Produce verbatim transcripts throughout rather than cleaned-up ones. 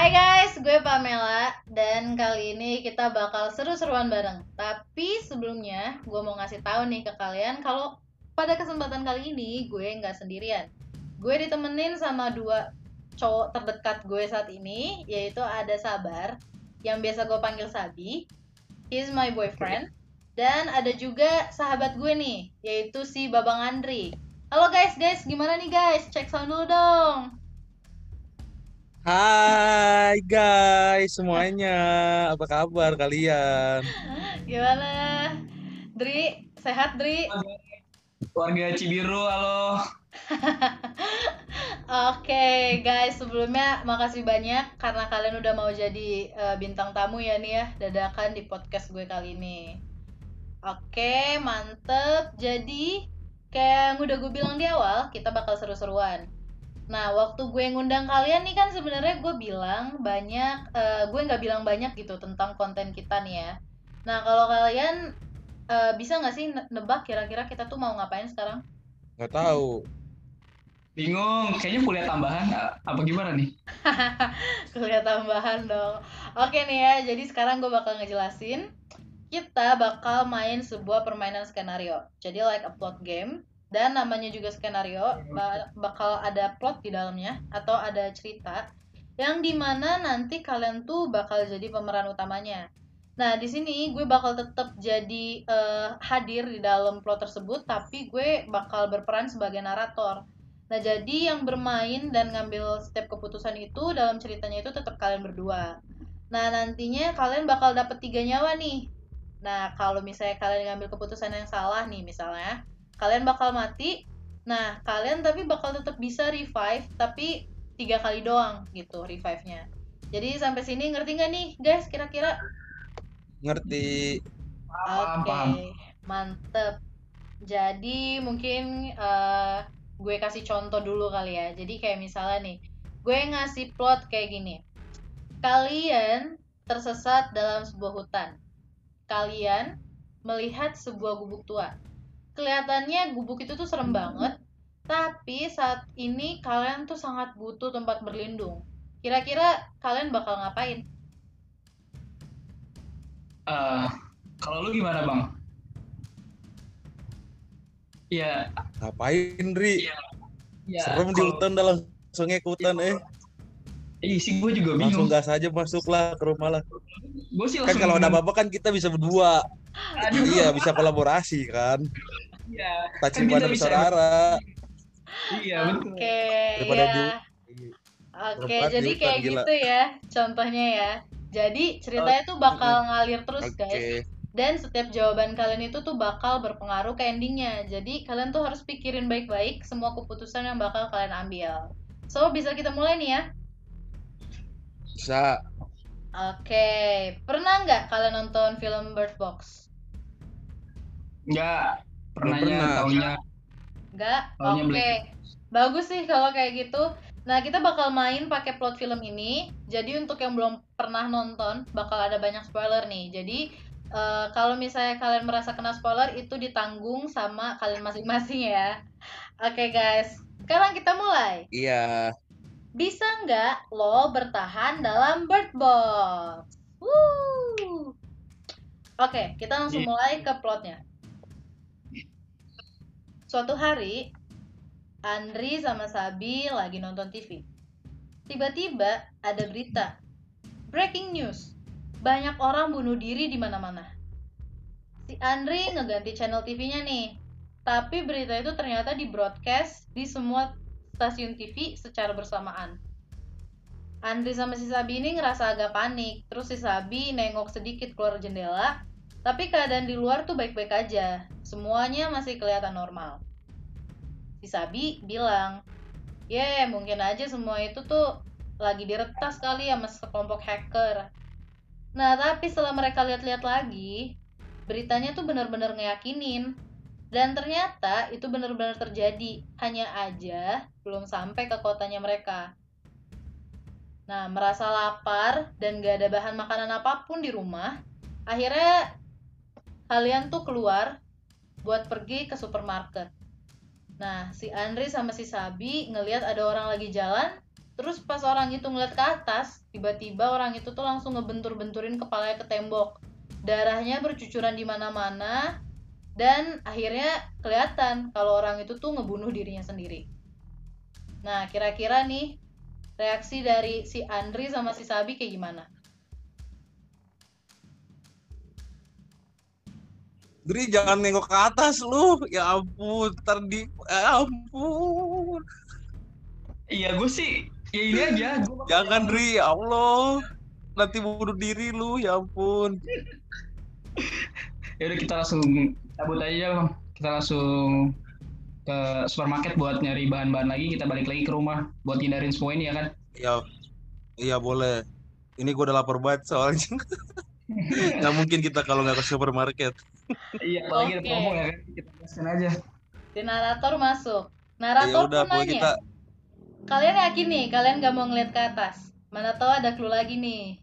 Hai guys, gue Pamela dan kali ini kita bakal seru-seruan bareng. Tapi sebelumnya gue mau ngasih tahu nih ke kalian kalau pada kesempatan kali ini gue nggak sendirian. Gue ditemenin sama dua cowok terdekat gue saat ini, yaitu ada Sabar yang biasa gue panggil Sabi. He's my boyfriend. Dan ada juga sahabat gue nih, yaitu si Babang Andri. Halo guys, guys, gimana nih guys? Cek sound dulu dong. Hai guys semuanya, apa kabar kalian? Gimana? Dri, sehat Dri? Warga Cibiru, halo. Oke guys, sebelumnya makasih banyak karena kalian udah mau jadi eh, bintang tamu ya nih ya, dadakan di podcast gue kali ini. Oke, mantep. Jadi, kayak yang udah gue bilang di awal, kita bakal seru-seruan. Nah, waktu gue ngundang kalian nih kan sebenarnya gue bilang banyak, eh, gue nggak bilang banyak gitu tentang konten kita nih ya. Nah, kalau kalian eh, bisa nggak sih ne- nebak kira-kira kita tuh mau ngapain sekarang? Nggak tahu. Bingung, kayaknya kuliah tambahan apa gimana nih? Kuliah tambahan dong. Oke nih ya, jadi sekarang gue bakal ngejelasin. Kita bakal main sebuah permainan skenario. Jadi like a plot game. Dan namanya juga skenario, ba- bakal ada plot di dalamnya atau ada cerita yang dimana nanti kalian tuh bakal jadi pemeran utamanya. Nah, di sini gue bakal tetap jadi eh, hadir di dalam plot tersebut, tapi gue bakal berperan sebagai narator. Nah, jadi yang bermain dan ngambil setiap keputusan itu dalam ceritanya itu tetap kalian berdua. Nah, nantinya kalian bakal dapet tiga nyawa nih. Nah, kalau misalnya kalian ngambil keputusan yang salah nih, misalnya, kalian bakal mati. Nah, kalian tapi bakal tetap bisa revive, tapi tiga kali doang gitu revive-nya. Jadi sampai sini ngerti nggak nih, guys? Kira-kira? Ngerti. Paham, Oke, paham. mantep. Jadi mungkin eh, gue kasih contoh dulu kali ya. Jadi kayak misalnya nih, gue ngasih plot kayak gini. Kalian tersesat dalam sebuah hutan. Kalian melihat sebuah gubuk tua. Kelihatannya gubuk itu tuh serem banget, tapi saat ini kalian tuh sangat butuh tempat berlindung. Kira-kira kalian bakal ngapain? Eh, kalau lu gimana, Bang? Iya, Ngapain, Ri? iya, iya. Serem di Kalau hutan dah langsung ke hutan eh. Ih, sih gue juga Langsung bingung. gas aja masuklah ke rumah lah. Gue sih Kan langsung kalau ada apa-apa kan kita bisa berdua. aduh. Iya, bisa kolaborasi kan. Iya, Tak kan kita ciuman bisa bersaudara iya, betul. Oke, daripada ya. di Oke, perempat di jadi hutan kayak gila. gitu ya contohnya ya. Jadi ceritanya tuh bakal ngalir terus, guys. Oke. Dan setiap jawaban kalian itu tuh bakal berpengaruh ke endingnya. Jadi kalian tuh harus pikirin baik-baik semua keputusan yang bakal kalian ambil. So, bisa kita mulai nih ya? Bisa. Oke, pernah nggak kalian nonton film Bird Box? Enggak, Belum pernahnya pernah. taunya Nggak? taunya Oke, Black. bagus sih kalau kayak gitu. Nah, kita bakal main pakai plot film ini. Jadi untuk yang belum pernah nonton, bakal ada banyak spoiler nih. Jadi eh, kalau misalnya kalian merasa kena spoiler, itu ditanggung sama kalian masing-masing ya. Oke guys, sekarang kita mulai. Iya. Bisa nggak lo bertahan dalam Bird Box? Woo! Oke, kita langsung Iya. mulai ke plotnya. Suatu hari, Andri sama Sabi lagi nonton T V. Tiba-tiba ada berita. Breaking news. Banyak orang bunuh diri di mana-mana. Si Andri ngeganti channel T V-nya nih. Tapi berita itu ternyata di broadcast di semua stasiun T V secara bersamaan. Andri sama si Sabi ini ngerasa agak panik. Terus si Sabi nengok sedikit keluar jendela. Tapi keadaan di luar tuh baik-baik aja. Semuanya masih kelihatan normal. Si Sabi bilang, ya yeah, mungkin aja semua itu tuh lagi diretas kali sama sekelompok hacker. Nah, tapi setelah mereka lihat-lihat lagi, beritanya tuh benar-benar ngeyakinin. Dan ternyata itu benar-benar terjadi. Hanya aja belum sampai ke kotanya mereka. Nah, merasa lapar dan gak ada bahan makanan apapun di rumah, akhirnya kalian tuh keluar buat pergi ke supermarket. Nah, si Andri sama si Sabi ngelihat ada orang lagi jalan, Terus pas orang itu ngeliat ke atas, tiba-tiba orang itu tuh langsung ngebentur-benturin kepalanya ke tembok. Darahnya bercucuran di mana-mana dan akhirnya kelihatan kalau orang itu tuh ngebunuh dirinya sendiri. Nah, kira-kira nih reaksi dari si Andri sama si Sabi kayak gimana? Dri, jangan nengok ke atas lu. Ya ampun, ntar di... Ya ampun. Iya, gue sih ya ini aja. Gua Jangan, Dri, ya Allah. Nanti bunuh diri lu, ya ampun. Ya udah kita langsung cabut aja, Bang. Kita langsung ke supermarket buat nyari bahan-bahan lagi. Kita balik lagi ke rumah buat hindarin semua ini ya kan. Iya, iya boleh. Ini gue udah lapar banget soalnya. Nggak mungkin kita kalau nggak ke supermarket. Iya, apalagi ada Oke. promo ya kan. Kita gaskan aja. Si narator masuk. Ya Narator udah, pun pokoknya nanya. kita Kalian yakin nih, kalian gak mau ngeliat ke atas? Mana tahu ada clue lagi nih.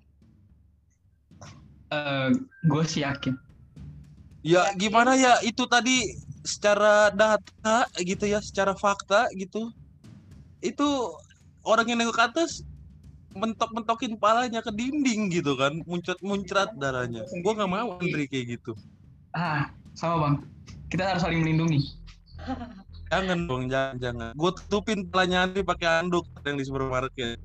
Eh, gue sih yakin. ya Yakin? gimana ya itu tadi secara data gitu ya, secara fakta gitu. Itu orang yang nengok ke atas mentok-mentokin palanya ke dinding gitu kan, muncrat-muncrat darahnya. Gua nggak mau Andri kayak gitu. Ah, sama Bang. Kita harus saling melindungi. Jangan dong, jangan jangan. Gue tutupin palanya Andri pakai handuk yang di supermarket.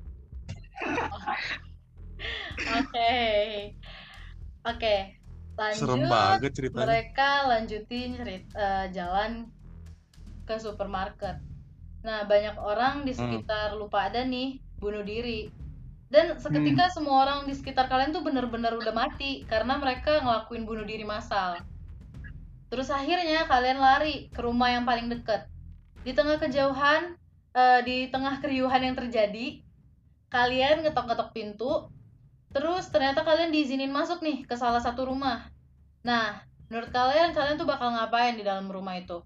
Oke. Oke. Serem Lanjut. banget ceritanya. Mereka lanjutin cerit, eh, jalan ke supermarket. Nah, banyak orang di sekitar lu pada nih bunuh diri. Dan seketika semua orang di sekitar kalian tuh bener-bener udah mati karena mereka ngelakuin bunuh diri massal. Terus akhirnya kalian lari ke rumah yang paling dekat. Di tengah kejauhan, eh, di tengah keriuhan yang terjadi, kalian ngetok-ngetok pintu. Terus ternyata kalian diizinin masuk nih ke salah satu rumah. Nah, menurut kalian, kalian tuh bakal ngapain di dalam rumah itu?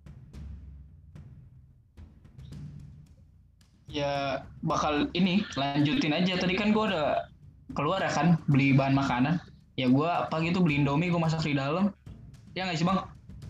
Ya bakal ini lanjutin aja. Tadi kan gue udah keluar ya kan beli bahan makanan. Ya gue pagi itu beli Indomie, gue masak di dalam. Ya nggak sih Bang?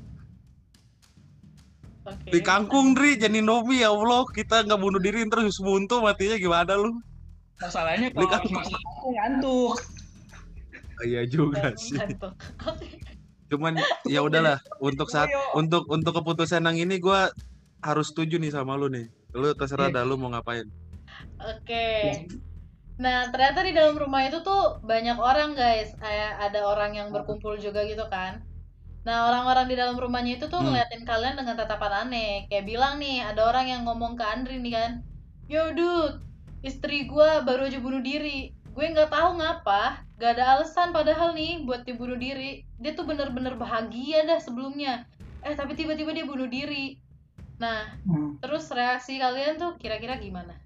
Oke. Di kangkung Dri, jadi Indomie ya Allah. Kita nggak bunuh diri terus buntu matinya gimana lu? Masalahnya Beli kalau habis kangkung. masak aku ngantuk. Iya juga sih. Ngantuk. Oke. Cuman ya udahlah, untuk saat untuk untuk keputusan yang ini gue harus setuju nih sama lu nih. Lu terserah dah lu mau ngapain. Oke. Nah, ternyata di dalam rumah itu tuh banyak orang, guys. Kayak ada orang yang berkumpul juga gitu kan. Nah, orang-orang di dalam rumahnya itu tuh Hmm. ngeliatin kalian dengan tatapan aneh. Kayak bilang nih, ada orang yang ngomong ke Andri nih kan. Yo, dude, istri gua baru aja bunuh diri. Gue nggak tahu ngapa, gak ada alasan padahal nih buat dia bunuh diri. Dia tuh bener-bener bahagia dah sebelumnya. Eh, tapi tiba-tiba dia bunuh diri. Nah, Hmm. terus reaksi kalian tuh kira-kira gimana?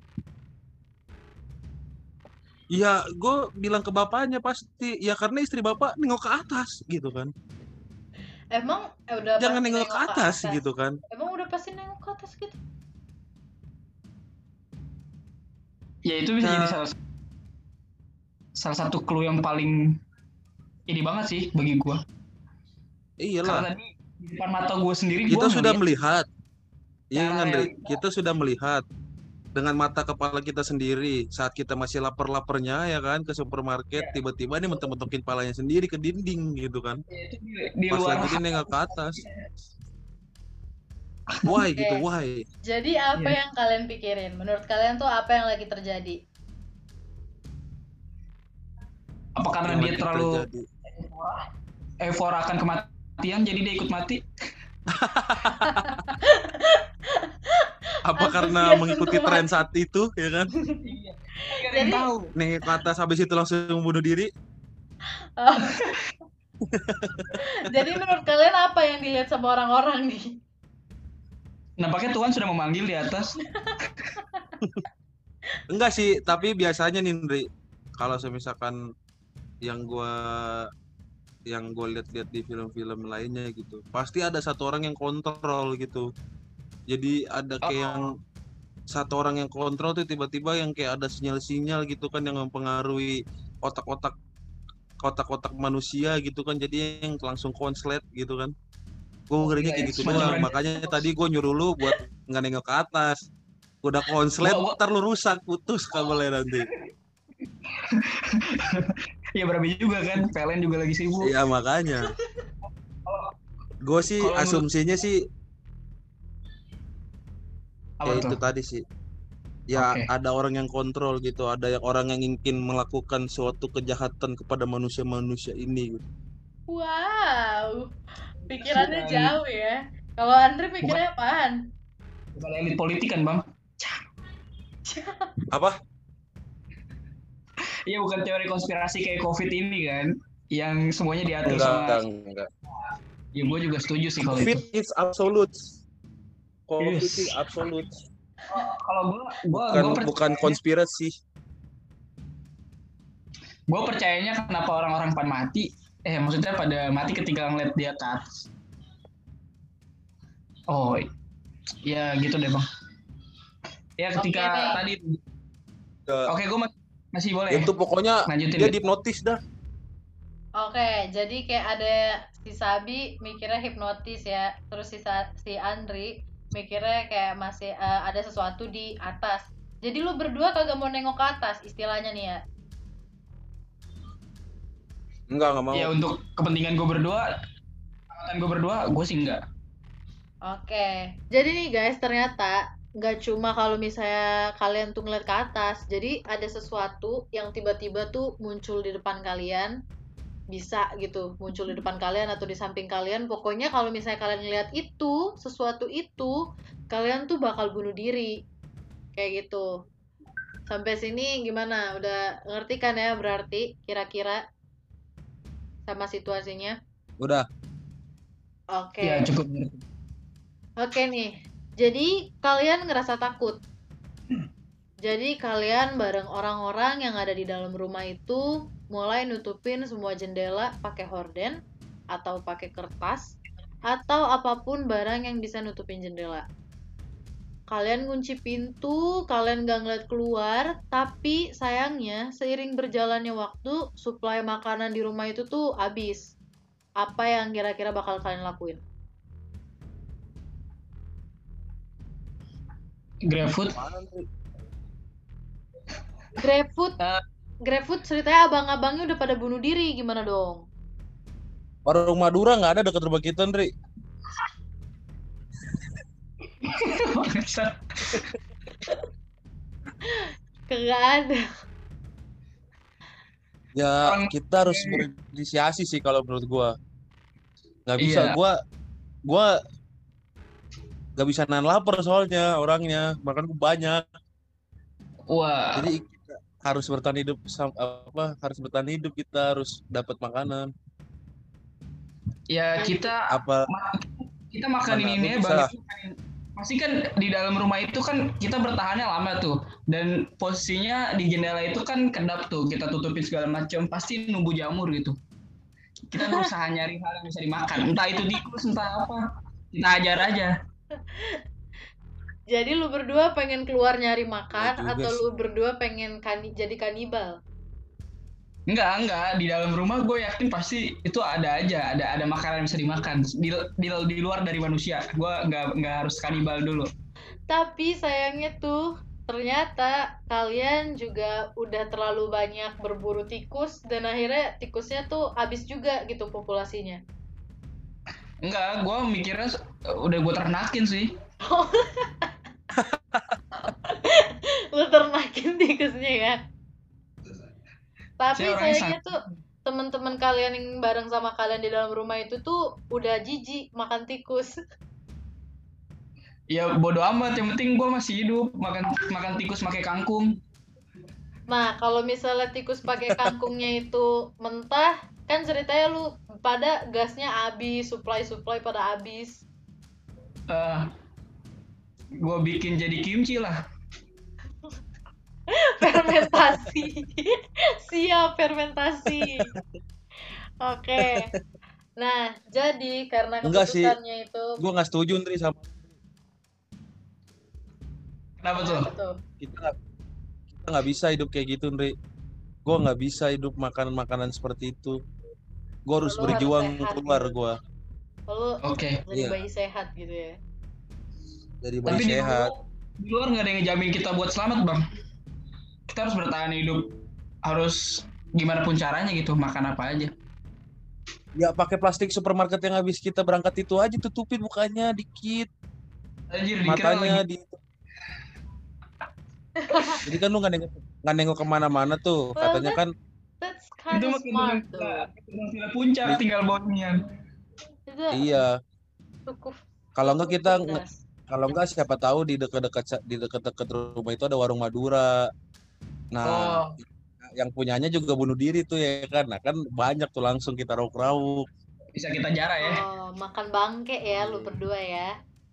Ya gue bilang ke bapaknya pasti. Ya karena istri bapak nengok ke atas gitu kan. Emang eh, udah Jangan pasti nengok ke atas gitu kan. Emang udah pasti nengok ke atas gitu? Ya itu bisa Nah. jadi salah salah satu clue yang paling ini banget sih bagi gue. Iyalah. Karena tadi di depan mata gue sendiri Kita gua sudah ngeliat melihat. Iya cara kan, Dri? yang- Kita sudah melihat dengan mata kepala kita sendiri saat kita masih lapar-laparnya ya kan ke supermarket, Ya. tiba-tiba nih mentok-mentokin palanya sendiri ke dinding gitu kan. ya itu di, di Pas luar lagi dia nengok ke atas. Why gitu, Oke. why? Jadi apa Iya. yang kalian pikirin? Menurut kalian tuh apa yang lagi terjadi? apa karena Yang dia lagi terlalu terjadi. eufor akan kematian jadi dia ikut mati? Apa karena Antusias mengikuti untuk tren mati. saat itu ya kan? Iya. Gak ada yang Jadi- tahu. Nengok ke atas habis itu langsung bunuh diri. Oh. Jadi menurut kalian apa yang dilihat sama orang-orang nih? Nampaknya Tuhan sudah memanggil di atas. Enggak sih, tapi biasanya nih Ndri, kalau misalkan yang gua yang gue lihat-lihat di film-film lainnya gitu, pasti ada satu orang yang kontrol gitu. Jadi ada kayak Oh. yang satu orang yang kontrol tuh tiba-tiba yang kayak ada sinyal-sinyal gitu kan yang mempengaruhi otak-otak otak-otak manusia gitu kan, jadi yang langsung konslet gitu kan. Gue ngerinya kayak gitu Semacam doang, Ranger makanya Fox. tadi gue nyuruh lu buat nggak nengok ke atas. Udah konslet, Gua- gua- ntar lu rusak, putus kabelnya nanti. Ya berapa juga kan, P L N juga lagi sibuk. Iya makanya. Gue sih Kalau menurut- asumsinya sih Apa ya tuh? itu tadi sih. Ya Oke. ada orang yang kontrol gitu, ada yang orang yang ingin melakukan suatu kejahatan kepada manusia-manusia ini gitu. Wow, pikirannya Bukan- jauh ya. Kalau Andre mikirnya apaan? Bukan elit politik kan, Bang? Apa? Iya, bukan teori konspirasi kayak COVID ini kan, yang semuanya diatur Enggak, sama. enggak, enggak. Ya gue juga setuju sih kalau COVID itu. is absolute. COVID Yes. is absolute. Kalau gue, gue, Bukan gue bukan konspirasi. gue percayanya kenapa orang-orang pada mati, eh maksudnya pada mati ketika ngeliat dia ke atas. Oh, ya gitu deh bang. Ya ketika Oke, nih. tadi, Ya, oke gue masih boleh. itu pokoknya Lanjutin dia deh. dihipnotis dah. Oke, jadi kayak ada si Sabi mikirnya hipnotis ya, terus si, Sa- si Andri mikirnya kayak masih eh, ada sesuatu di atas. Jadi lu berdua kagak mau nengok ke atas istilahnya nih ya. Enggak, enggak mau. Ya untuk kepentingan gue berdua, kepentingan gue berdua, gue sih enggak. Oke, jadi nih guys, ternyata nggak cuma kalau misalnya kalian tuh ngeliat ke atas, jadi ada sesuatu yang tiba-tiba tuh muncul di depan kalian, bisa gitu, muncul di depan kalian atau di samping kalian, pokoknya kalau misalnya kalian ngeliat itu, sesuatu itu, kalian tuh bakal bunuh diri, kayak gitu. Sampai sini gimana? Udah ngerti kan ya berarti kira-kira sama situasinya? Udah. Oke. Ya cukup. Oke nih, jadi kalian ngerasa takut. Jadi kalian bareng orang-orang yang ada di dalam rumah itu mulai nutupin semua jendela pakai horden atau pakai kertas atau apapun barang yang bisa nutupin jendela. Kalian kunci pintu, kalian gak ngeliat keluar, tapi sayangnya seiring berjalannya waktu, suplai makanan di rumah itu tuh habis. Apa yang kira-kira bakal kalian lakuin? GrabFood. GrabFood, Eh. GrabFood ceritanya abang-abangnya udah pada bunuh diri, gimana dong? Warung Madura nggak ada dekat rumah kita, Ndri. Kagak ada. Ya Orang- kita harus berinisiasi sih kalau menurut gua. Nggak bisa Iya. gua gua nggak bisa nahan lapar soalnya orangnya, makan gua banyak. Wah, Jadi kita harus bertahan hidup sam- apa harus bertahan hidup, kita harus dapat makanan. ya kita Apa kita makan Mana, ini lu bang. bisa. Pasti kan di dalam rumah itu kan kita bertahannya lama tuh, dan posisinya di jendela itu kan kedap tuh, kita tutupin segala macam, pasti nunggu jamur gitu. Kita berusaha nyari hal yang bisa dimakan, entah itu tikus entah apa, kita ajar aja. Jadi lu berdua pengen keluar nyari makan Iya juga atau sih. lu berdua pengen kani jadi kanibal? Enggak enggak di dalam rumah gue yakin pasti itu ada aja, ada ada makanan yang bisa dimakan di di, di luar dari manusia. Gue nggak nggak harus kanibal dulu. Tapi sayangnya tuh ternyata kalian juga udah terlalu banyak berburu tikus dan akhirnya tikusnya tuh habis juga gitu populasinya. Enggak, gue mikirnya uh, udah gue ternakin sih. Lu ternakin tikusnya ya. Tapi Saya orangnya sayangnya tuh teman-teman kalian yang bareng sama kalian di dalam rumah itu tuh udah jijik makan tikus. Ya bodo amat, yang penting gue masih hidup, makan makan tikus pakai kangkung. Nah, kalau misalnya tikus pakai kangkungnya itu mentah, kan ceritanya lu pada gasnya habis, supply-supply pada habis. Uh, gue bikin jadi kimchi lah. Fermentasi. Siap fermentasi. Oke. Nah, jadi karena Enggak sih. keputusannya itu Gua nggak setuju, Ndri, sama Kenapa tuh? tuh. kita. nggak- Kita nggak bisa hidup kayak gitu, Ndri. Gua nggak bisa hidup makan makanan seperti itu. Gua harus Lu harus berjuang sehat keluar gitu. gua Lu Oke. jadi Iya. bayi sehat gitu ya. dari Tapi bayi di sehat. rumah, di luar nggak ada yang ngejamin kita buat selamat bang. Kita harus bertahan hidup, harus gimana pun caranya gitu, makan apa aja. Ya pakai plastik supermarket yang habis kita berangkat itu aja, tutupin mukanya dikit, Anjir, dikira matanya lagi. di. Jadi kan lu nggak nengok nggak nengok kemana-mana tuh, Well, katanya kan. That's kind Itu of makin smart dengan tuh. villa puncak Di- tinggal bawahnya. Itu Iya, cukup. kalau nggak kita nge- cerdas. kalau nggak siapa tahu di dekat-dekat di dekat-dekat rumah itu ada warung Madura. Nah, Oh, yang punyanya juga bunuh diri tuh ya kan. Nah, kan banyak tuh langsung kita rauk-rauk. bisa kita jarah ya. Oh, makan bangke ya lu Iya. berdua ya.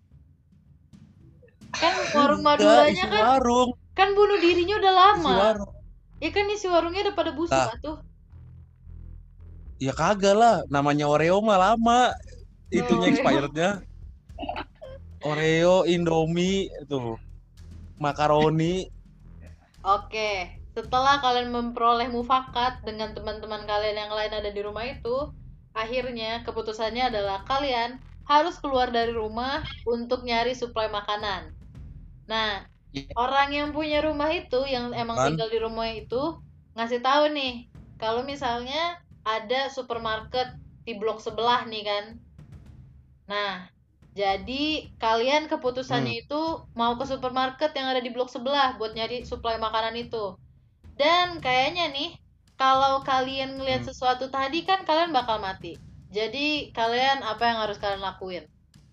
Kan warung Enggak, Maduranya isi kan warung, kan bunuh dirinya udah isi lama. warung. Ya kan isi warungnya udah pada busuk Lah. atuh. Ya kagak lah, namanya Oreo mah lama itunya Oreo. expirednya. Oreo, Indomie itu, makaroni. Oke, setelah kalian memperoleh mufakat dengan teman-teman kalian yang lain ada di rumah itu, akhirnya keputusannya adalah kalian harus keluar dari rumah untuk nyari suplai makanan. Nah, Iya. orang yang punya rumah itu, yang emang Kan? tinggal di rumah itu, ngasih tahu nih, kalau misalnya ada supermarket di blok sebelah nih kan. Nah, jadi kalian keputusannya itu mau ke supermarket yang ada di blok sebelah buat nyari suplai makanan itu. Dan kayaknya nih, kalau kalian ngelihat Hmm. sesuatu tadi kan kalian bakal mati. Jadi kalian apa yang harus kalian lakuin?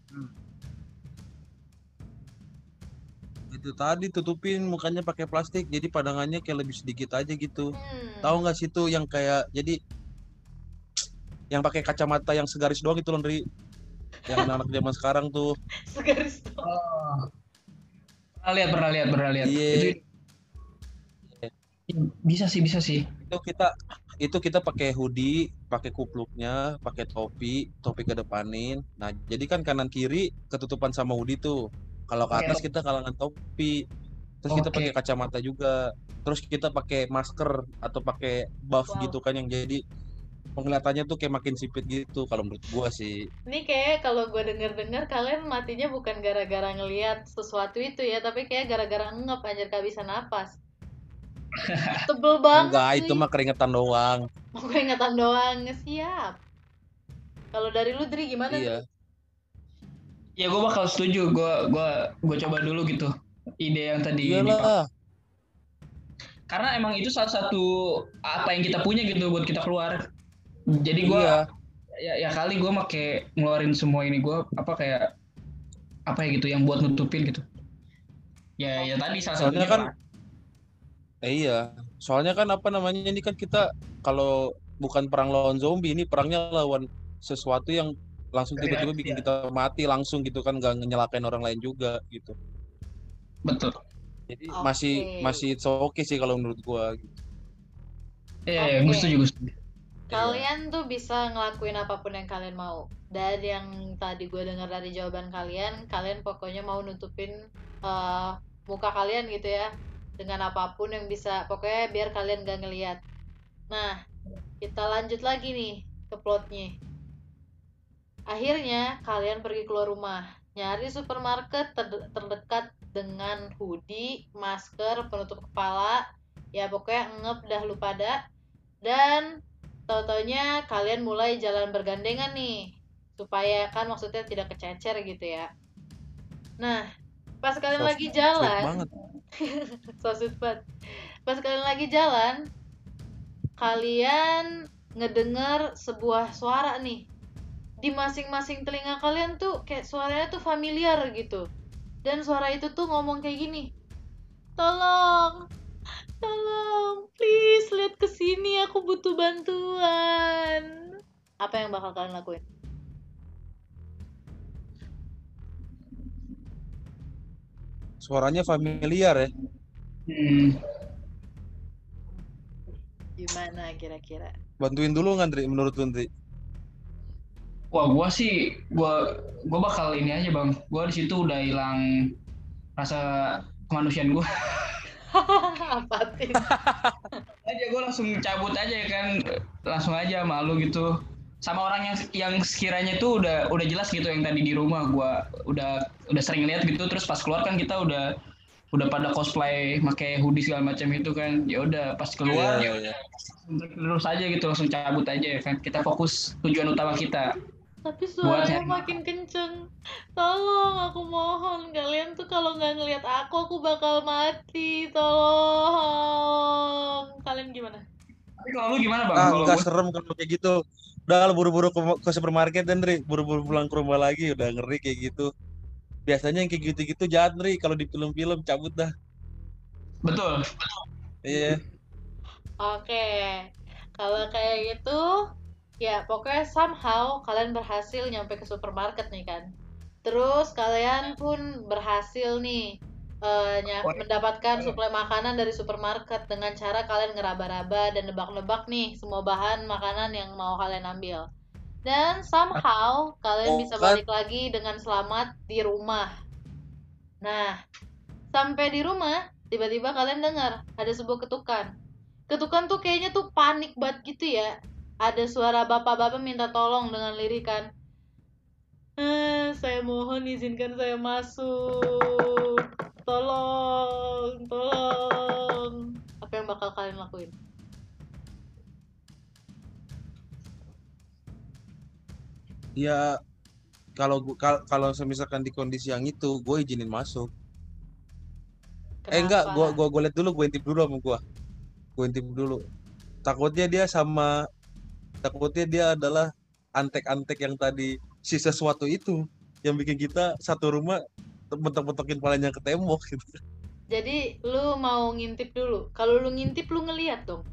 Itu tadi tutupin mukanya pakai plastik, jadi pandangannya kayak lebih sedikit aja gitu. Hmm. Tahu nggak sih tuh yang kayak jadi yang pakai kacamata yang segaris doang itu Londri, yang anak-anak zaman sekarang tuh. Segaris doang. Oh. Pernah lihat, pernah lihat, pernah lihat. Iya. Itu bisa sih, bisa sih. Itu kita itu kita pakai hoodie, pakai kupluknya, pakai topi, topi kedepanin. Nah, jadi kan kanan kiri ketutupan sama hoodie tuh. Kalau ke Pakai atas topi. kita kalangan topi. Terus kita Oke. pakai kacamata juga. Terus kita pakai masker atau pakai buff Wow. gitu kan yang jadi penglihatannya tuh kayak makin sipit gitu kalau menurut gua sih. Ini kayak kalau gue denger-dengar kalian matinya bukan gara-gara ngelihat sesuatu itu ya, tapi kayak gara-gara ngep anjir kehabisan napas. Tebel banget. Enggak, cuy. itu mah keringetan doang. Mau keringetan doang, siap. Kalau dari lu Dri gimana? Iya. Ya gue bakal setuju, gue gua gue coba dulu gitu ide yang tadi dipakai. Iyalah. Karena emang itu salah satu apa yang kita punya gitu buat kita keluar. Jadi gue Iya. ya, ya kali gue make ngeluarin semua ini gue apa kayak apa ya gitu yang buat nutupin gitu. Ya ya tadi salah Soalnya satunya kan Pak. Eh, iya, soalnya kan apa namanya ini kan kita kalau bukan perang lawan zombie, ini perangnya lawan sesuatu yang langsung tiba-tiba bikin kita mati langsung gitu kan, nggak nyelakain orang lain juga gitu. Betul. Jadi Oke. masih masih it's okay sih kalau menurut gua. Gitu. Iya, Oke. gue setuju, gue setuju. Kalian tuh bisa ngelakuin apapun yang kalian mau. Dari yang tadi gue dengar dari jawaban kalian, kalian pokoknya mau nutupin eh, muka kalian gitu ya, dengan apapun yang bisa, pokoknya biar kalian gak ngeliat. Nah, kita lanjut lagi nih ke plotnya. Akhirnya kalian pergi keluar rumah, nyari supermarket ter- terdekat dengan hoodie, masker, penutup kepala, ya pokoknya ngep dah lu pada. Dan tau-taunya kalian mulai jalan bergandengan nih, supaya kan maksudnya tidak kececer gitu ya. Nah, pas kalian So lagi sweet jalan, banget. so sweet banget. Pas kalian lagi jalan, kalian ngedengar sebuah suara nih. Di masing-masing telinga kalian tuh kayak suaranya tuh familiar gitu. Dan suara itu tuh ngomong kayak gini. Tolong, tolong, please lihat ke sini, aku butuh bantuan. Apa yang bakal kalian lakuin? Suaranya familiar ya. Hmm. Gimana kira-kira? Bantuin dulu nggak, Ndri, menurut lu, Ndri? Wah, gue sih, gue gue bakal ini aja bang. Gue di situ udah hilang rasa kemanusiaan gue. Apatin? Aja gue langsung cabut aja ya kan, langsung aja malu gitu. Sama orang yang yang sekiranya tuh udah udah jelas gitu yang tadi di rumah gue udah udah sering lihat gitu. Terus pas keluar kan kita udah udah pada cosplay pakai hoodie segala macam itu kan. Ya udah pas keluar Iya, ya iya. terus aja gitu langsung cabut aja ya kan. Kita fokus tujuan utama kita Tapi buat suaranya nyari. makin kenceng. Tolong, aku mohon. Kalian tuh kalau nggak ngelihat aku, aku bakal mati. Tolong. Kalian gimana? Tapi kalau lu gimana bang? Ah, Kalau nggak gue serem kalau kayak gitu. Udah lah, buru-buru ke, ke supermarket dan Dri, buru-buru pulang ke rumah lagi, udah ngeri kayak gitu. Biasanya yang kayak gitu-gitu jahat Dri, kalau di film-film cabut dah. betul. Iya. Oke. Kalau kayak gitu, ya pokoknya somehow kalian berhasil nyampe ke supermarket nih kan. Terus kalian pun berhasil nih eh, nya- Wah, mendapatkan suplai makanan dari supermarket dengan cara kalian ngeraba-raba dan nebak-nebak nih semua bahan makanan yang mau kalian ambil. Dan somehow kalian Oh bisa kan, balik lagi dengan selamat di rumah. Nah, sampai di rumah, tiba-tiba kalian dengar ada sebuah ketukan. Ketukan tuh kayaknya tuh panik banget gitu ya. Ada suara bapak-bapak minta tolong dengan lirikan, "Eh, saya mohon izinkan saya masuk. Tolong, tolong." Apa yang bakal kalian lakuin? ya kalau gua- kal- kalau misalkan di kondisi yang itu, gue izinin masuk. Eh enggak, Kenapa? gua gua gua lihat dulu, gue intip dulu sama gua. Gue intip dulu. Takutnya dia sama takutnya dia adalah antek-antek yang tadi si sesuatu itu yang bikin kita satu rumah bentok-bentokin palanya ke tembok gitu. Jadi lu mau ngintip dulu. Kalau lu ngintip lu ngeliat dong.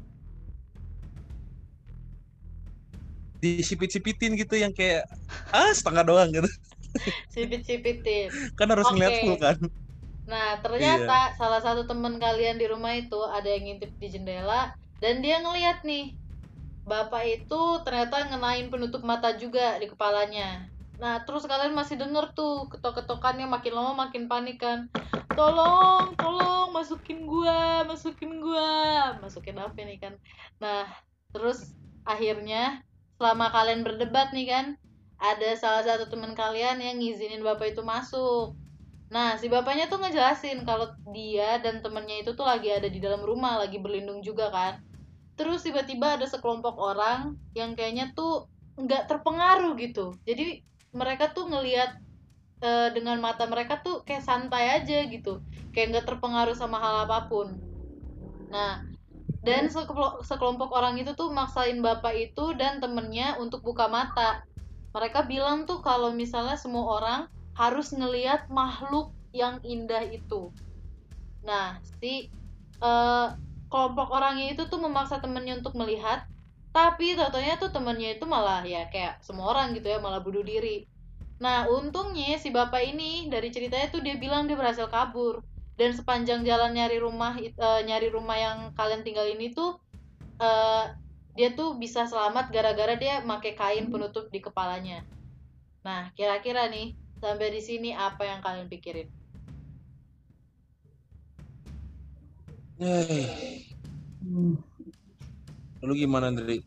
Disipit-sipitin gitu yang kayak ah setengah doang gitu. Sipit-sipitin. Kan harus ngeliat full Oke. kan. Nah, Iya. ternyata salah satu teman kalian di rumah itu ada yang ngintip di jendela dan dia ngeliat nih, bapak itu ternyata ngenain penutup mata juga di kepalanya. Nah, terus kalian masih denger tuh ketok-ketokannya makin lama makin panik kan. Tolong, tolong masukin gua, masukin gua. Masukin apa nih kan. Nah, terus akhirnya selama kalian berdebat nih kan, ada salah satu teman kalian yang ngizinin bapak itu masuk. Nah, si bapaknya tuh ngejelasin kalau dia dan temennya itu tuh lagi ada di dalam rumah, lagi berlindung juga kan. Terus tiba-tiba ada sekelompok orang yang kayaknya tuh nggak terpengaruh gitu. Jadi mereka tuh ngelihat eh, dengan mata mereka tuh kayak santai aja gitu. Kayak nggak terpengaruh sama hal apapun. Nah, dan sekelo- sekelompok orang itu tuh maksain bapak itu dan temennya untuk buka mata. Mereka bilang tuh kalau misalnya semua orang harus ngelihat makhluk yang indah itu. Nah, si eh, kelompok orangnya itu tuh memaksa temennya untuk melihat, tapi tau-taunya tuh temennya itu malah ya kayak semua orang gitu ya, malah bunuh diri. Nah, untungnya si bapak ini dari ceritanya tuh dia bilang dia berhasil kabur. Dan sepanjang jalan nyari rumah it- eh, nyari rumah yang kalian tinggal ini tuh eh, dia tuh bisa selamat gara-gara dia pakai kain penutup di kepalanya. Nah, kira-kira nih sampai di sini apa yang kalian pikirin? Eh, lu gimana Dri?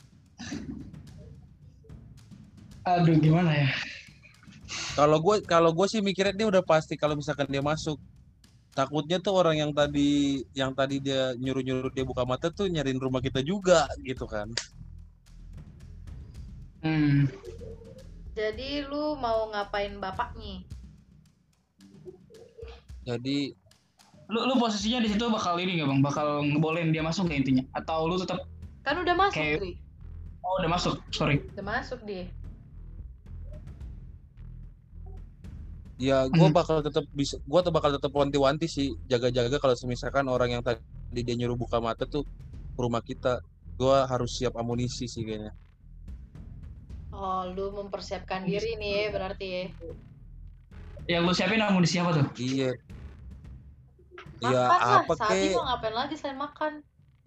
Aduh gimana ya? Kalau gue kalau gue sih mikirnya dia udah pasti kalau misalkan dia masuk. Takutnya tuh orang yang tadi yang tadi dia nyuruh-nyuruh dia buka mata tuh nyariin rumah kita juga gitu kan. Hmm. Jadi lu mau ngapain bapaknya? Jadi Lu lu posisinya di situ bakal ini nggak bang? Bakal ngebolehin dia masuk nggak intinya? Atau lu tetap Kan udah masuk, kayak Tri. oh udah masuk, sorry. Udah masuk dia. ya gue Hmm. bakal tetap bisa gue tuh bakal tetap wanti-wanti sih, jaga-jaga kalau misalkan orang yang tadi dia nyuruh buka mata tuh ke rumah kita. Gue harus siap amunisi sih kayaknya. Oh, lu mempersiapkan diri nih ya berarti ya. Yang lu siapin amunisi siapa tuh? Iya. Makan Ya lah, apa Sabi kek? mau ngapain lagi selain makan?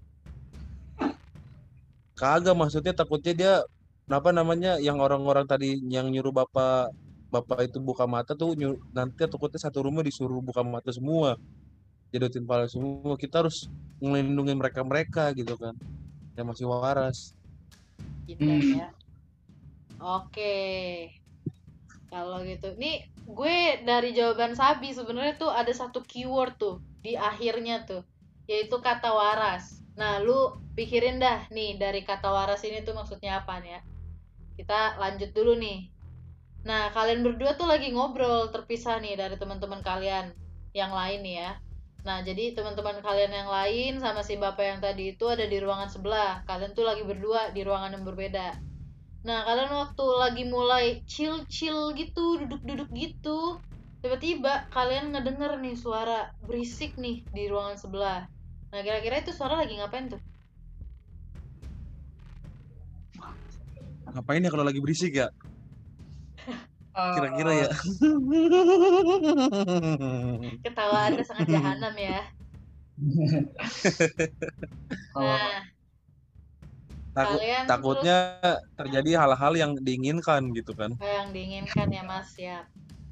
Kagak, maksudnya takutnya dia apa namanya yang orang-orang tadi yang nyuruh bapak bapak itu buka mata tuh nyuruh, nanti takutnya satu rumah disuruh buka mata semua, jedotin pala semua. Kita harus ngelindungin mereka-mereka gitu kan, yang masih waras. Gitu Hmm. ya. Oke. Kalau gitu, nih gue dari jawaban Sabi sebenarnya tuh ada satu keyword tuh di akhirnya tuh, yaitu kata waras. Nah, lu pikirin dah nih dari kata waras ini tuh maksudnya apa nih ya. Kita lanjut dulu nih. Nah, kalian berdua tuh lagi ngobrol terpisah nih dari teman-teman kalian yang lain nih ya. Nah, jadi teman-teman kalian yang lain sama si bapak yang tadi itu ada di ruangan sebelah. Kalian tuh lagi berdua di ruangan yang berbeda. Nah, kalian waktu lagi mulai chill-chill gitu, duduk-duduk gitu, tiba-tiba kalian ngedenger nih suara berisik nih di ruangan sebelah. Nah, kira-kira itu suara lagi ngapain tuh? Ngapain ya kalau lagi berisik ya? Eh, Kira-kira ya. Ketawa Anda sangat jahanam ya. oh, Nah, Takut, kalian takutnya terjadi hal-hal yang diinginkan gitu kan. terus yang diinginkan ya Mas ya.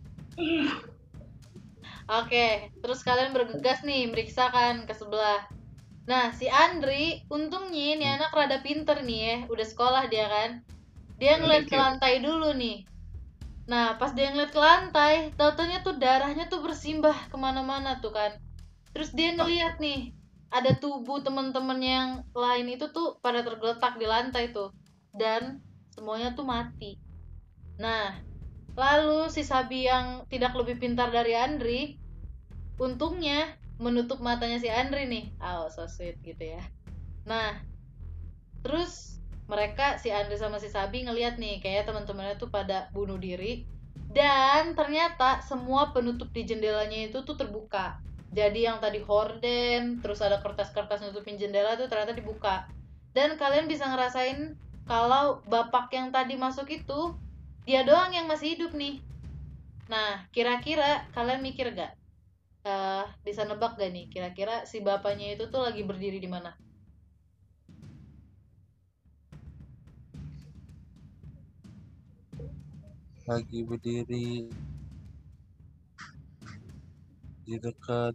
Oke, terus kalian bergegas nih meriksa kan ke sebelah. Nah, si Andri, untungnya nih Hmm. anak rada pinter nih ya, udah sekolah dia kan. Dia ngeliat ke lantai dulu nih. Nah, pas dia ngeliat ke lantai, tau-taunya tuh darahnya tuh bersimbah kemana-mana tuh kan. Terus dia ngeliat nih, ada tubuh temen-temen yang lain itu tuh pada tergeletak di lantai tuh. Dan semuanya tuh mati. Nah, lalu si Sabi yang tidak lebih pintar dari Andri, untungnya menutup matanya si Andri nih. Oh, so sweet gitu ya. Nah, terus mereka si Andri sama si Sabi ngeliat nih kayak teman-temannya tuh pada bunuh diri dan ternyata semua penutup di jendelanya itu tuh terbuka. Jadi yang tadi horden, terus ada kertas-kertas nutupin jendela tuh ternyata dibuka. Dan kalian bisa ngerasain kalau bapak yang tadi masuk itu dia doang yang masih hidup nih. Nah, kira-kira kalian mikir gak? Uh, bisa nebak gak nih? Kira-kira si bapaknya itu tuh lagi berdiri di mana? Lagi berdiri di dekat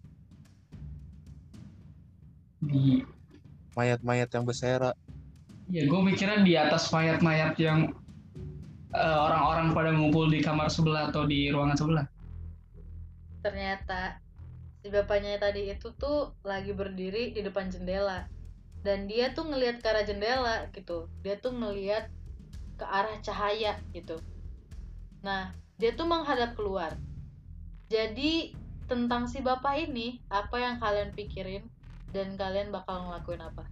di mayat-mayat yang bersera. ya gue mikirnya di atas mayat-mayat yang eh, orang-orang pada ngumpul di kamar sebelah atau di ruangan sebelah. Ternyata si bapaknya tadi itu tuh lagi berdiri di depan jendela dan dia tuh ngelihat ke arah jendela gitu. Dia tuh ngelihat ke arah cahaya gitu. Nah, dia tuh menghadap keluar. Jadi tentang si bapak ini, apa yang kalian pikirin dan kalian bakal ngelakuin apa?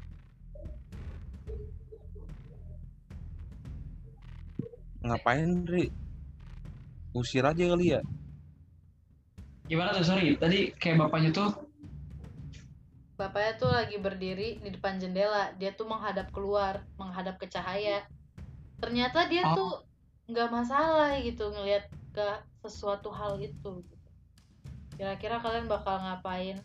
Ngapain, Ri? Usir aja kali ya. Gimana tuh, sorry, tadi kayak bapaknya tuh Bapaknya tuh lagi berdiri di depan jendela. Dia tuh menghadap keluar, menghadap ke cahaya. Ternyata dia oh, tuh nggak masalah gitu ngelihat ke sesuatu hal itu. Kira-kira kalian bakal ngapain?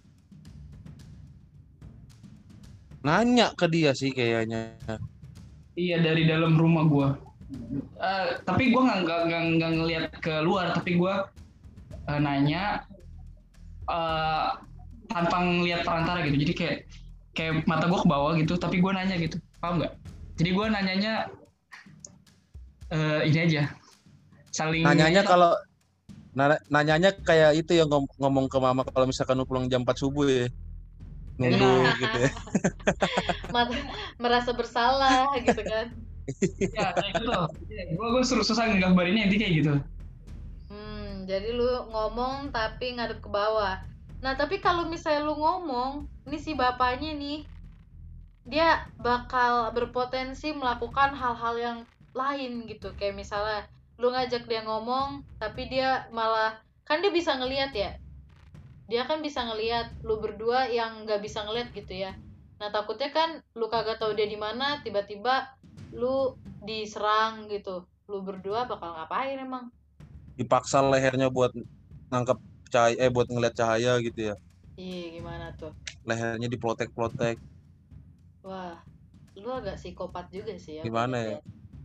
Nanya ke dia sih kayaknya. iya dari dalam rumah gue. Uh, tapi gue nggak nggak nggak nggak ngelihat keluar, tapi gue uh, nanya uh, tanpa ngelihat perantara gitu. Jadi kayak kayak mata gue ke bawah gitu, tapi gue nanya gitu, paham nggak? Jadi gue nanyanya uh, ini aja, saling. Nanyanya kalau nanyanya kayak itu yang ngom- ngomong ke mama kalau misalkan lu pulang jam empat subuh ya. Nunduk gitu ya. Merasa bersalah gitu kan. Ya kayak gitu. Gue gue suruh susah nggambarinnya nanti kayak gitu. Hmm, jadi lu ngomong tapi ngadep ke bawah. Nah, tapi kalau misalnya lu ngomong, ini si bapaknya nih, dia bakal berpotensi melakukan hal-hal yang lain gitu. Kayak misalnya lu ngajak dia ngomong, tapi dia malah, kan dia bisa ngelihat ya. Dia kan bisa ngelihat lu berdua yang nggak bisa ngelihat gitu ya. Nah, takutnya kan lu kagak tahu dia di mana, tiba-tiba lu diserang gitu. Lu berdua bakal ngapain emang? Dipaksa lehernya buat nangkep cahaya, eh buat ngeliat cahaya gitu ya. Iya, gimana tuh? Lehernya diplotek-plotek. Wah, lu agak psikopat juga sih ya. Gimana ya?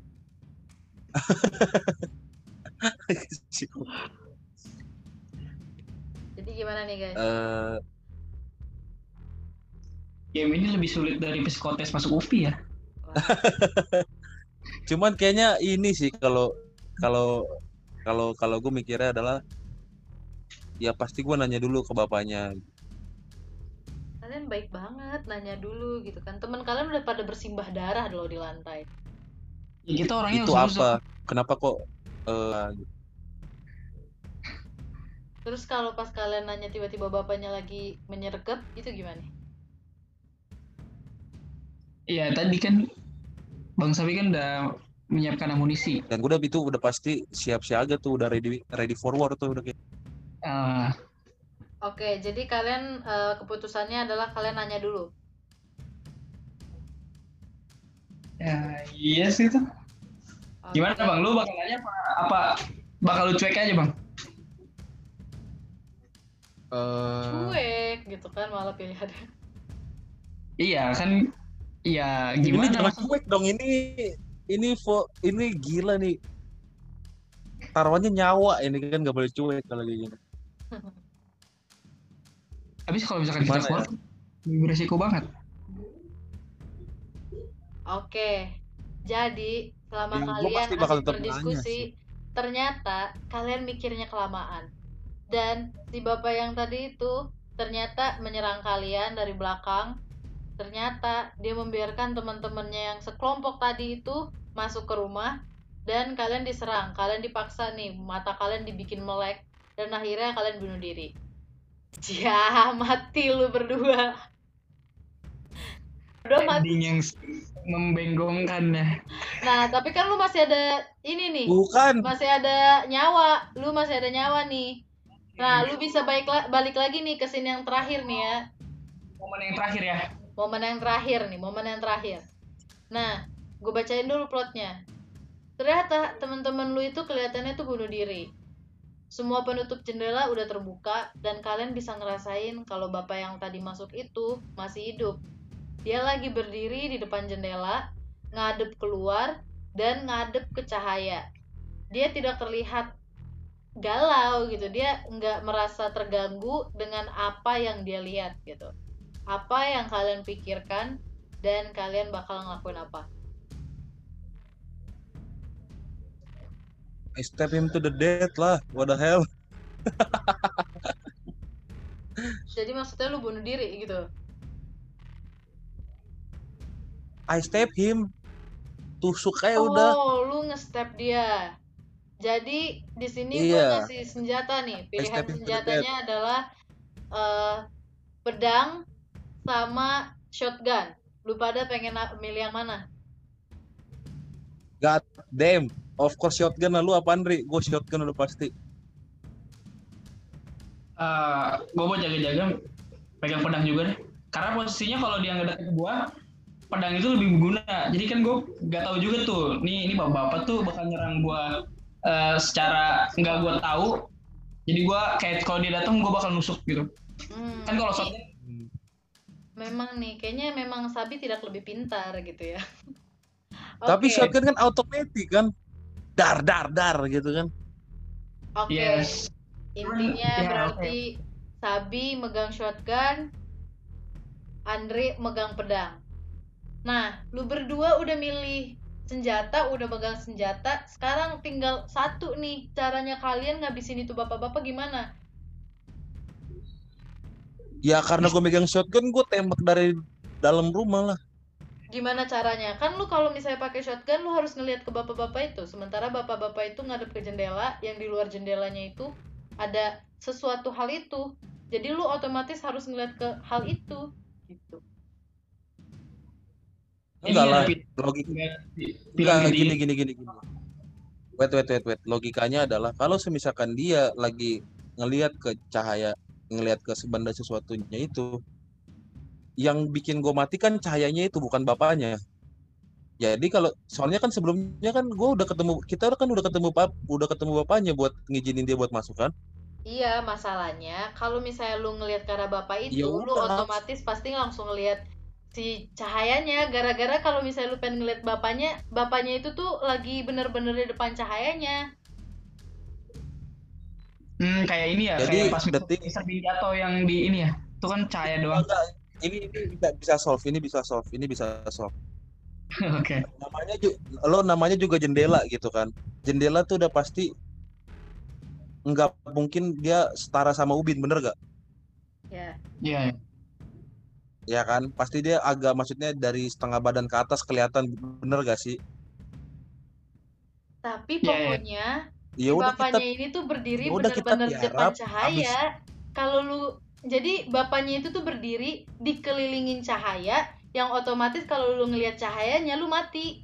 Jadi gimana nih guys? Uh, Game ini lebih sulit dari psikotes masuk U P I ya. Cuman kayaknya ini sih kalau kalau Kalau kalau gue mikirnya adalah ya pasti gue nanya dulu ke bapaknya. Kalian baik banget nanya dulu gitu kan. Teman kalian udah pada bersimbah darah loh di lantai. Ya, kita orangnya Itu usul-usul. apa? Kenapa kok eh, Terus kalau pas kalian nanya tiba-tiba bapaknya lagi menyergap, itu gimana? Iya, tadi kan Bang Sabi kan udah menyiapkan amunisi. dan gue udah itu udah pasti siap siaga tuh, udah ready ready forward tuh udah kayak. Ah, Oke, jadi kalian eh, keputusannya adalah kalian nanya dulu. ya, iya sih itu. Oke. Gimana Bang? Lu bakal nanya apa, apa bakal lu cuek aja Bang? Eh, Cuek gitu kan malah pilihannya. Iya kan, iya ini gimana? jangan maksud- cuek dong, ini ini fo, ini gila nih. Taruhannya nyawa ini kan nggak boleh cuek kalau kayak gini. Habis kalau misalkan Gimana kita keluar, lebih beresiko banget. Oke, jadi selama Ya, gua kalian pasti bakal asik tetap nanya berdiskusi, ternyata kalian mikirnya kelamaan. Dan si bapak yang tadi itu ternyata menyerang kalian dari belakang. Ternyata dia membiarkan teman-temannya yang sekelompok tadi itu masuk ke rumah dan kalian diserang. Kalian dipaksa nih, mata kalian dibikin melek dan akhirnya kalian bunuh diri. Ya, mati lu berdua. Udah mati. Ending yang membenggongkan ya. Nah, tapi kan lu masih ada ini nih. Bukan. Masih ada nyawa. Lu masih ada nyawa nih. Nah, lu bisa balik, la- balik lagi nih ke scene yang terakhir nih ya. Momen yang terakhir ya. Momen yang terakhir nih, momen yang terakhir. Nah, gue bacain dulu plotnya. Ternyata teman-teman lu itu kelihatannya tuh bunuh diri. Semua penutup jendela udah terbuka dan kalian bisa ngerasain kalau bapak yang tadi masuk itu masih hidup. Dia lagi berdiri di depan jendela, ngadep keluar dan ngadep ke cahaya. Dia tidak terlihat galau gitu, dia nggak merasa terganggu dengan apa yang dia lihat gitu. Apa yang kalian pikirkan dan kalian bakal ngelakuin apa? I step him to the death lah. What the hell? Jadi maksudnya lu bunuh diri gitu? I step him. Tusuk aja udah. Oh, lu nge-step dia. Jadi di sini gue Iya. ngasih senjata nih. Pilihan step into the senjatanya adalah eh, pedang sama shotgun. Lu pada pengen na- milih yang mana? God damn. Of course shotgun lah, lu apaan Ri? Gue shotgun udah pasti. Eh, gue mau jaga-jaga pegang pedang juga deh. Karena posisinya kalau dia ngedeket ke gue, pedang itu lebih berguna. Jadi kan gue nggak tahu juga tuh. Nih ini bapak-bapak tuh bakal nyerang gue uh, secara nggak gue tahu. Jadi gue kayak kalau dia datang gue bakal nusuk gitu. Hmm, Kan kalau ini shotgun memang nih, kayaknya memang Sabi tidak lebih pintar gitu ya. Tapi Oke, shotgun kan automatic kan. Dar dar dar gitu kan. oke. yes. Intinya Ya, berarti Sabi megang shotgun, Andre megang pedang. Nah, lu berdua udah milih senjata, udah megang senjata. Sekarang tinggal satu nih, caranya kalian ngabisin itu bapak-bapak gimana? Ya karena gue megang shotgun, gue tembak dari dalam rumah lah. Gimana caranya? Kan lu kalau misalnya pakai shotgun, lu harus ngelihat ke bapak-bapak itu. Sementara bapak-bapak itu ngadep ke jendela, yang di luar jendelanya itu ada sesuatu hal itu. Jadi lu otomatis harus ngelihat ke hal itu, gitu. Enggak Ini lah, ada pi- logik. Enggak, Enggak, film gini gini gini gini. Wait wait wait wait. Logikanya adalah kalau semisalkan dia lagi ngelihat ke cahaya, ngelihat ke benda sesuatunya itu, yang bikin gue mati kan cahayanya itu, bukan bapaknya. Jadi kalau soalnya kan sebelumnya kan gue udah ketemu, kita kan udah ketemu pap, udah ketemu bapaknya buat ngizinin dia buat masuk kan. Iya, masalahnya kalau misalnya lu ngelihat ke arah bapak itu, Ya lu udah. otomatis pasti langsung ngelihat si cahayanya. Gara-gara kalau misalnya lu pengen ngelihat bapaknya, bapaknya itu tuh lagi bener-bener di depan cahayanya. Hmm, kayak ini ya, Jadi, kayak pas detik. mister Bean jatuh yang di ini ya. Itu kan cahaya doang. Enggak, ini ini bisa, bisa solve, ini bisa solve, ini bisa solve. Oke. Namanya juga, lo namanya juga jendela gitu kan. Jendela tuh udah pasti nggak mungkin dia setara sama Ubin, bener gak? Ya. Iya. Ya kan, pasti dia agak, maksudnya dari setengah badan ke atas kelihatan, bener gak sih? Tapi Iya, iya. pokoknya Ya si udah kita, bapaknya ini tuh berdiri ya udah kita bener-bener di depan tiarap, habis. cahaya. Kalau lu jadi bapaknya itu tuh berdiri dikelilingin cahaya yang otomatis kalau lu ngelihat cahayanya lu mati.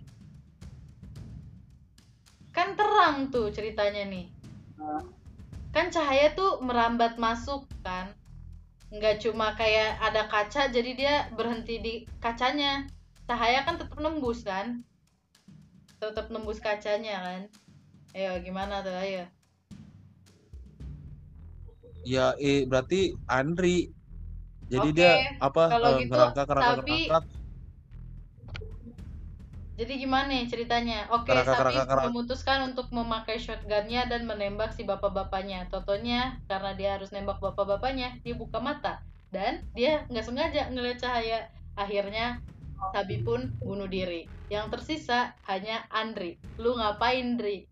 Kan terang tuh ceritanya nih. Kan cahaya tuh merambat masuk kan. Nggak cuma kayak ada kaca jadi dia berhenti di kacanya. Cahaya kan tetap nembus kan. Tetap nembus kacanya kan. Ayo gimana tuh, ayo. Ya eh, berarti Andri. Jadi Oke, dia apa kalau eh, gitu ngerangkak ngerangkak Sabi, ngerangkak jadi gimana nih ceritanya? Oke, ngerangkak Sabi ngerangkak ngerangkak. memutuskan untuk memakai shotgunnya dan menembak si bapak-bapaknya. Totonya karena dia harus nembak bapak-bapaknya, dia buka mata dan dia nggak sengaja ngeliat cahaya. Akhirnya Sabi pun bunuh diri. Yang tersisa hanya Andri. Lu ngapain, Dri?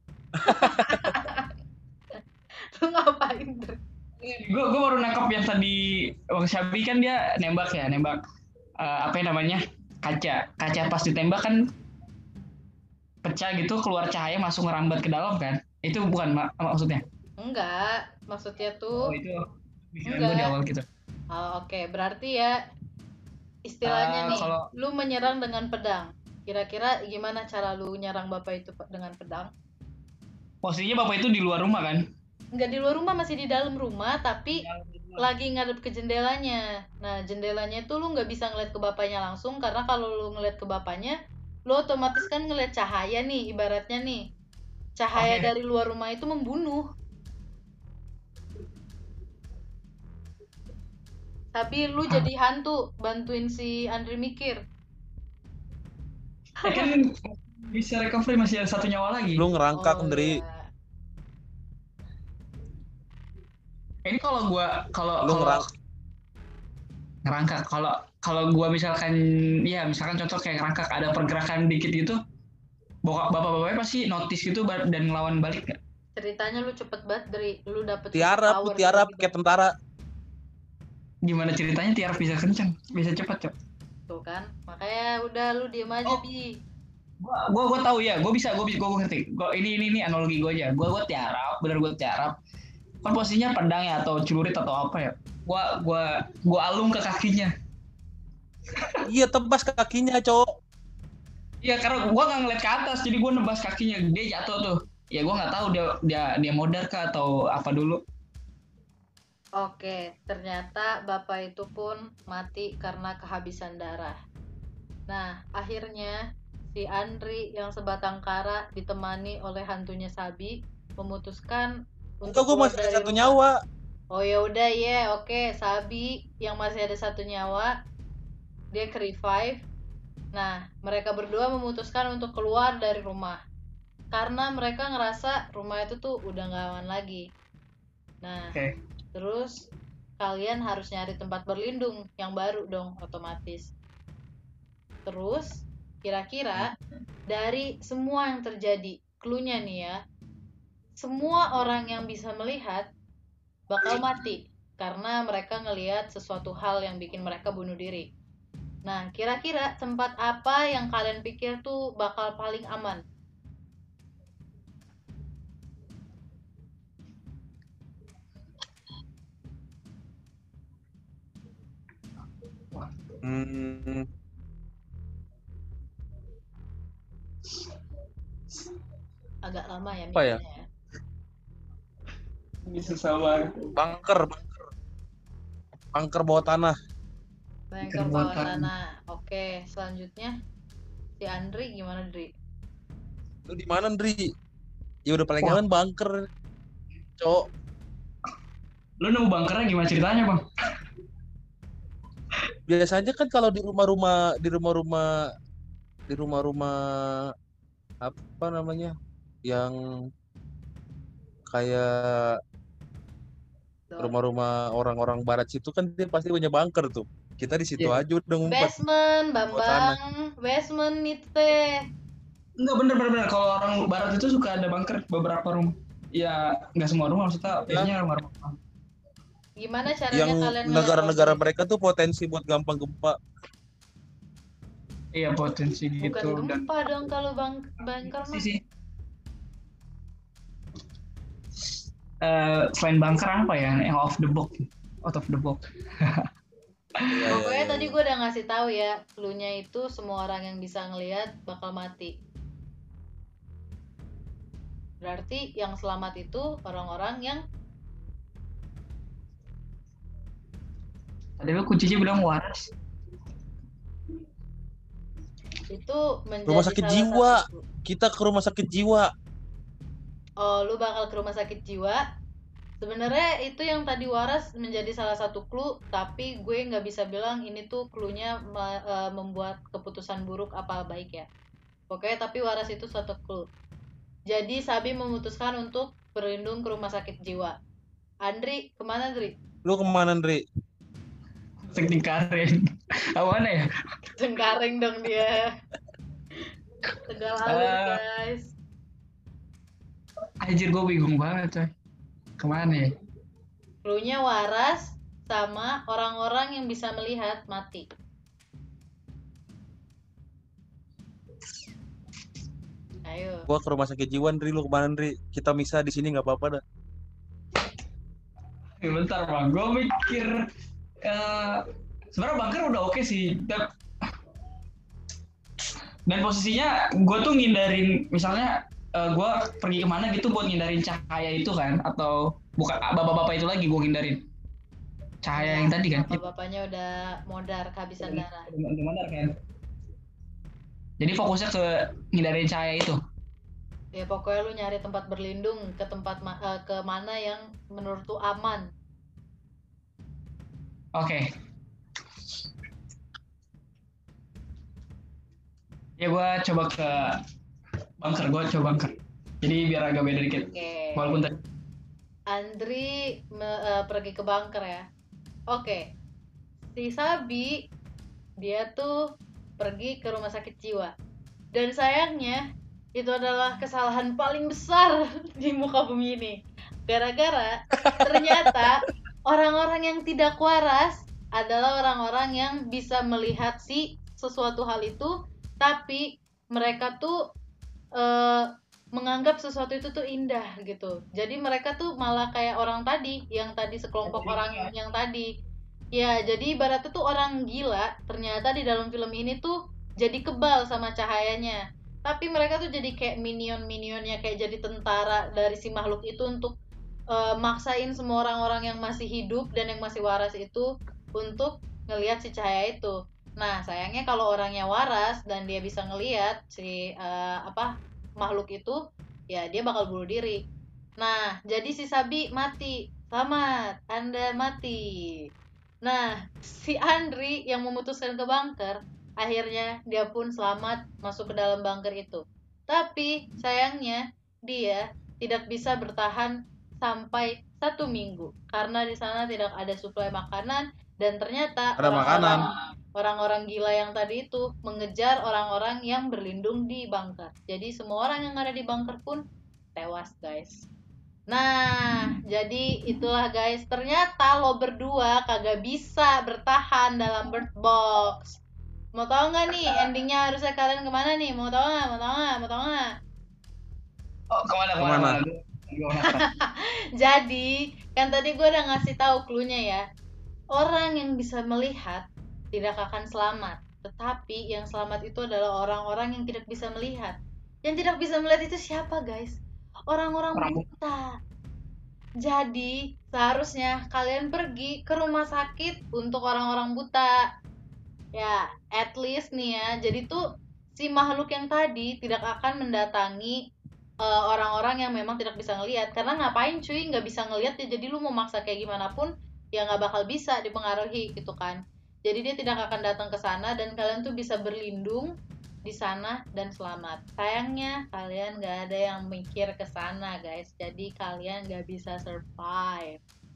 Lu ngapain, Dri? Gue gue baru nangkep yang tadi Bang Syabi kan dia nembak ya, nembak eh, apa yang namanya kaca. Kaca pas ditembak kan pecah gitu, keluar cahaya masuk ngerambat ke dalam kan? Itu bukan mak- maksudnya? Enggak, maksudnya Oh tuh itu pikiran gue di enggak. awal gitu. Oh, oke, berarti ya istilahnya Eh, nih, kalau lu menyerang dengan pedang. Kira-kira gimana cara lu nyerang bapak itu pe- dengan pedang? posisinya bapak itu di luar rumah kan? Nggak di luar rumah, masih di dalam rumah, tapi lagi ngadep ke jendelanya. Nah, jendelanya itu lu nggak bisa ngeliat ke bapaknya langsung, karena kalau lu ngeliat ke bapaknya, lu otomatis kan ngeliat cahaya nih, ibaratnya nih. Cahaya Oke. dari luar rumah itu membunuh. Tapi lu Hah? jadi hantu, bantuin si Andri mikir. Ya kan bisa recovery, masih ada satu nyawa lagi. Lu ngerangkak Oh Andri. ya. Ini kalau gua kalau Lu kalau ngerang ngerangkak, kalau kalau gua misalkan ya misalkan contoh kayak ngerangkak ada pergerakan dikit gitu, bokap bapak-bapaknya pasti notice gitu ba- dan ngelawan balik nggak? Ceritanya lu cepet banget, Dri. Lu dapet tiarap, lu superpower tiarap tiba-tiba. kayak tentara. Gimana ceritanya tiar bisa kencang, bisa cepat cok? Tuh kan, makanya udah lu diem aja, Oh. Bi. Gua gua gua tahu ya, gua bisa gua bisa gua ngerti. Gua ini ini ini analogi gua aja. Gua gua tiarap, bener gua tiarap. Kan posisinya pedang ya atau celurit atau apa ya? Gua gua gua alung ke kakinya. Iya, tebas kakinya, cowok. Iya karena gua nggak ngeliat ke atas, jadi gua nebas kakinya, dia jatuh tuh. Ya gua nggak tahu dia dia dia modar kah atau apa dulu. Oke, ternyata bapak itu pun mati karena kehabisan darah. Nah, akhirnya si Andri yang sebatang kara ditemani oleh hantunya Sabi memutuskan Enggak, untuk gue keluar masih ada dari satu rumah. nyawa. Oh ya udah ya, oke. Sabi yang masih ada satu nyawa, dia ke revive. Nah, mereka berdua memutuskan untuk keluar dari rumah karena mereka ngerasa rumah itu tuh udah gak aman lagi. Nah, Oke. terus kalian harus nyari tempat berlindung yang baru dong otomatis. Terus kira-kira dari semua yang terjadi, clue-nya nih ya, semua orang yang bisa melihat bakal mati karena mereka ngelihat sesuatu hal yang bikin mereka bunuh diri. Nah, kira-kira tempat apa yang kalian pikir tuh bakal paling aman? Hmm, Agak lama ya Apa ya? mikirnya ya. Ini susah banget. bunker, bunker. Bunker bawah tanah. Bunker bawah tanah. Oke, selanjutnya si Andri gimana, Dri? Lu di mana, Ndri? Ya udah paling Wah. aman bunker, cowok. Lu nemu bunkernya gimana ceritanya bang? Biasanya kan kalau di rumah-rumah, di rumah-rumah, di rumah-rumah apa namanya, yang kayak Dor. rumah-rumah orang-orang barat situ kan dia pasti punya bunker tuh. Kita di situ Iya. aja udah ngumpet. Basement, Bawah tanah. Bambang. Basement itu teh. Enggak bener bener bener. Kalau orang barat itu suka ada bunker beberapa rumah. ya nggak semua rumah maksudnya biasanya rumah-rumah. Gimana caranya Yang kalian ngeliat negara-negara bubble? mereka tuh potensi buat gampang gempa. Iya potensi Bukan gitu dan gempa dong kalau bang bunker sih mah. sih. Eh, selain bunker apa ya yang off the box, out of the box. Iya, iya, Pokoknya iya, tadi iya. gue udah ngasih tahu ya, clue-nya itu semua orang yang bisa ngelihat bakal mati. Berarti yang selamat itu orang-orang yang Tadi lu kuncinya bilang waras. itu menjadi Rumah sakit salah jiwa. satu clue. Kita ke rumah sakit jiwa. Oh, lu bakal ke rumah sakit jiwa. Sebenarnya itu yang tadi waras menjadi salah satu clue, tapi gue nggak bisa bilang ini tuh clue-nya me- eh, membuat keputusan buruk apa baik ya. Pokoknya tapi waras itu suatu clue. Jadi Sabi memutuskan untuk berlindung ke rumah sakit jiwa. Andri, kemana Andri? Lu kemana, Ndri? Tingkarin. Apa ya? Cengkareng dong dia. Tegal alur Eh. guys. Anjir gue bingung banget coy. Kemana ya? Clue-nya waras sama orang-orang yang bisa melihat mati. Ayo. Gua ke rumah sakit jiwa, Ndri. Lu kemana, Ndri? Kita misah di sini nggak apa-apa dah. Ya, bentar bang, gue mikir eh sebenarnya bunker udah oke sih. Dan, dan posisinya gue tuh ngindarin, misalnya eh, gue pergi kemana gitu buat ngindarin cahaya itu kan, atau bukan bapak-bapak itu lagi gue ngindarin cahaya yang tadi kan. Bapak-bapaknya udah modar kehabisan darah. Gimana kan? Jadi fokusnya ke ngindarin cahaya itu. Ya pokoknya lu nyari tempat berlindung ke tempat ma- eh, ke mana yang menurut lu aman. Oke. Ya gue coba ke bunker, gue coba bunker. Jadi biar agak beda dikit. Oke. Walaupun tadi Andri me- eh, pergi ke bunker ya. Oke. Si Sabi dia tuh pergi ke rumah sakit jiwa. Dan sayangnya itu adalah kesalahan paling besar di muka bumi ini. Gara-gara ternyata orang-orang yang tidak waras adalah orang-orang yang bisa melihat si sesuatu hal itu, tapi mereka tuh eh, menganggap sesuatu itu tuh indah gitu. Jadi mereka tuh malah kayak orang tadi, yang tadi sekelompok orang yang tadi. Ya, jadi ibaratnya tuh orang gila, ternyata di dalam film ini tuh jadi kebal sama cahayanya. Tapi mereka tuh jadi kayak minion-minionnya, kayak jadi tentara dari si makhluk itu untuk uh, maksain semua orang-orang yang masih hidup dan yang masih waras itu untuk ngelihat si cahaya itu. Nah, sayangnya kalau orangnya waras dan dia bisa ngelihat si uh, apa makhluk itu, ya dia bakal bunuh diri. Nah, jadi si Sabi mati. Selamat, Anda mati. Nah, si Andri yang memutuskan ke bunker, akhirnya dia pun selamat masuk ke dalam bunker itu. Tapi sayangnya dia tidak bisa bertahan sampai satu minggu karena di sana tidak ada suplai makanan dan ternyata Ada orang-orang makanan. orang-orang gila yang tadi itu mengejar orang-orang yang berlindung di bunker. Jadi semua orang yang ada di bunker pun tewas, guys. Nah, jadi itulah guys, ternyata lo berdua kagak bisa bertahan dalam Bird Box. Mau tau nggak nih endingnya harusnya kalian kemana nih? Mau tau nggak? Mau tau nggak? Mau tau nggak? oh, kemana kemana? Kemana? kemana? Jadi, kan tadi gue udah ngasih tahu clue-nya ya. Orang yang bisa melihat tidak akan selamat. Tetapi yang selamat itu adalah orang-orang yang tidak bisa melihat. Yang tidak bisa melihat itu siapa guys? Orang-orang buta. Jadi seharusnya kalian pergi ke rumah sakit untuk orang-orang buta. Ya, at least nih ya. Jadi tuh si makhluk yang tadi tidak akan mendatangi uh, orang-orang yang memang tidak bisa ngelihat. Karena ngapain cuy, nggak bisa ngelihat ya. Jadi lu mau maksa kayak gimana pun ya nggak bakal bisa dipengaruhi gitu kan. Jadi dia tidak akan datang ke sana dan kalian tuh bisa berlindung di sana dan selamat. Sayangnya kalian nggak ada yang mikir ke sana guys. Jadi kalian nggak bisa survive.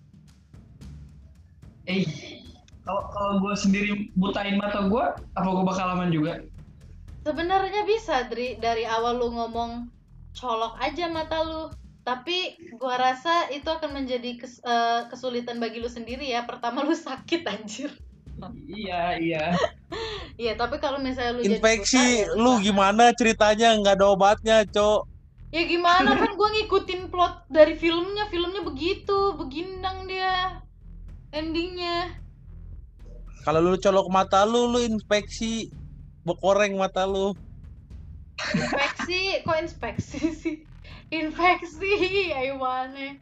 Eh, kalau kalau gue sendiri butain mata gue, apa gue bakal aman juga? Sebenarnya bisa, Dri. Dari awal lu ngomong colok aja mata lu. Tapi gua rasa itu akan menjadi kes- eh, kesulitan bagi lu sendiri ya. Pertama lu sakit anjir. Iya, iya. Iya, tapi kalau misalnya lu jadi buta Infeksi ya lu usaha. gimana ceritanya, nggak ada obatnya, Cok. Ya gimana kan gua ngikutin plot dari filmnya, filmnya begitu, beginang dia endingnya. Kalau lu colok mata lu, lu infeksi bekoreng mata lu. Infeksi, kok inspeksi sih? Infeksi, Aiwane.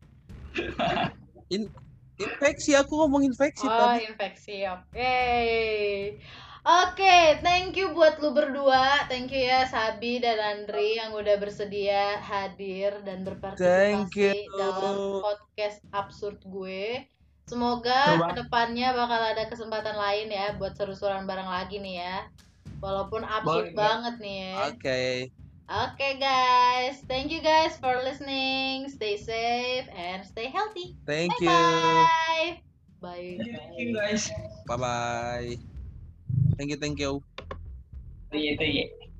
In- infeksi, aku ngomong infeksi Oh, tadi. infeksi, oke. Oke, thank you buat lu berdua. Thank you ya Sabi dan Andri yang udah bersedia hadir dan Thank berpartisipasi you. dalam podcast absurd gue. Seru Semoga banget. kedepannya bakal ada kesempatan lain ya buat seru-seruan bareng lagi nih ya. Walaupun absurd Boleh. banget nih ya. Oke. Oke guys, thank you guys for listening. Stay safe and stay healthy. Thank you. Bye. Bye. Thank you guys. Bye bye. Thank you, thank you. Iya, iya.